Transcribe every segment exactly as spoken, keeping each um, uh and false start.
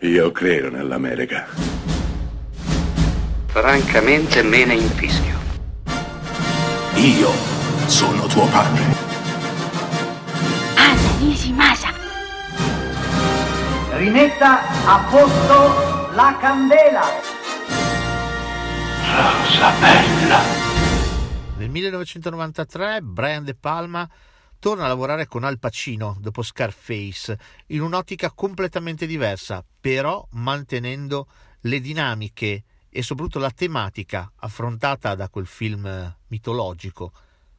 Io credo nell'America. Francamente me ne infischio. Io sono tuo padre. Anna Nishimasa. Rimetta a posto la candela. Rosa bella. Nel millenovecentonovantatré Brian De Palma torna a lavorare con Al Pacino dopo Scarface, in un'ottica completamente diversa, però mantenendo le dinamiche e soprattutto la tematica affrontata da quel film mitologico.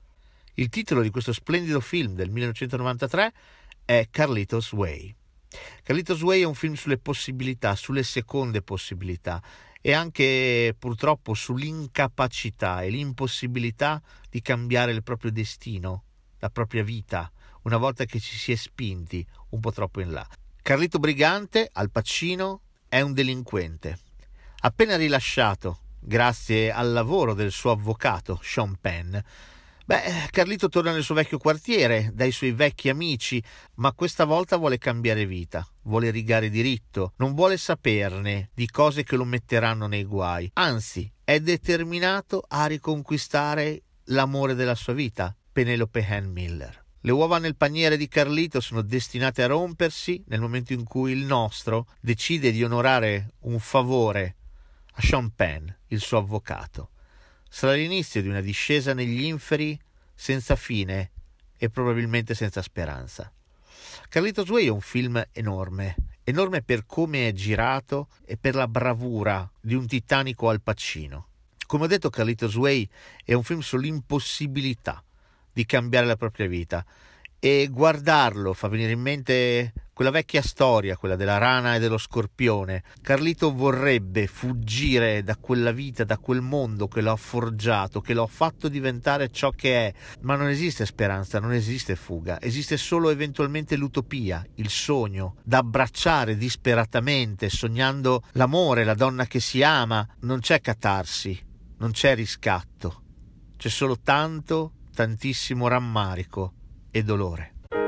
Il titolo di questo splendido film del millenovecentonovantatré è Carlitos Way. Carlitos Way è un film sulle possibilità, sulle seconde possibilità e anche purtroppo sull'incapacità e l'impossibilità di cambiare il proprio destino, la propria vita, una volta che ci si è spinti un po' troppo in là. Carlito Brigante, Al Pacino, è un delinquente. Appena rilasciato, grazie al lavoro del suo avvocato, Sean Penn, beh, Carlito torna nel suo vecchio quartiere, dai suoi vecchi amici, ma questa volta vuole cambiare vita, vuole rigare diritto, non vuole saperne di cose che lo metteranno nei guai. Anzi, è determinato a riconquistare l'amore della sua vita, Penelope Ann Miller. Le uova nel paniere di Carlito sono destinate a rompersi nel momento in cui il nostro decide di onorare un favore a Sean Penn, il suo avvocato. Sarà l'inizio di una discesa negli inferi senza fine e probabilmente senza speranza. Carlitos Way è un film enorme, enorme per come è girato e per la bravura di un titanico Al Pacino. Come ho detto, Carlitos Way è un film sull'impossibilità di cambiare la propria vita e guardarlo fa venire in mente quella vecchia storia, quella della rana e dello scorpione. Carlito vorrebbe fuggire da quella vita, da quel mondo che lo ha forgiato, che lo ha fatto diventare ciò che è, ma non esiste speranza, non esiste fuga, esiste solo eventualmente l'utopia, il sogno da abbracciare disperatamente, sognando l'amore, la donna che si ama. Non c'è catarsi, non c'è riscatto, c'è solo tanto, tantissimo rammarico e dolore.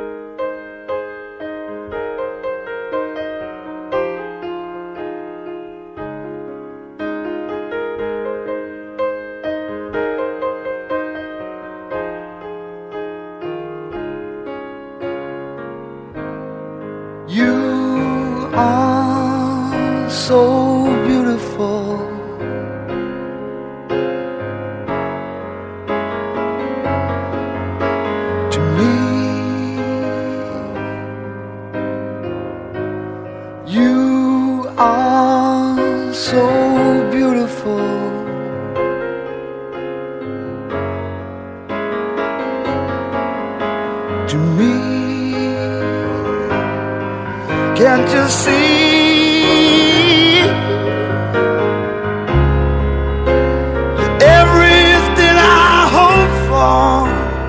You are so beautiful. To me, you are so beautiful. To me. Can't you see? You're everything I hope for.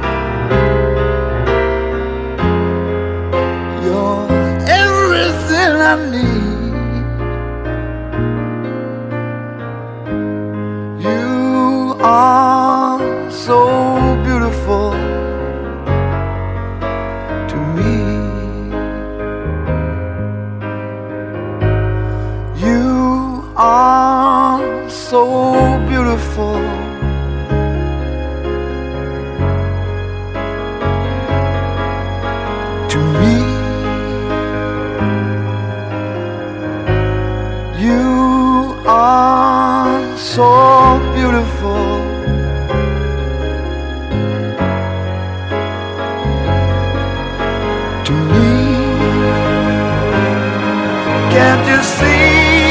You're everything I need. You are so beautiful to me. You are so beautiful to me. You are so beautiful to me. Can't you see?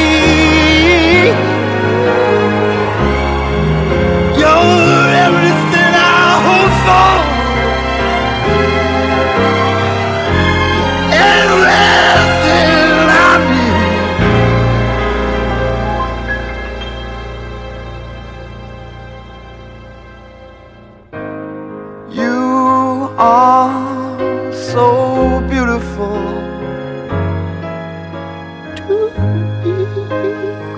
Are so beautiful to me.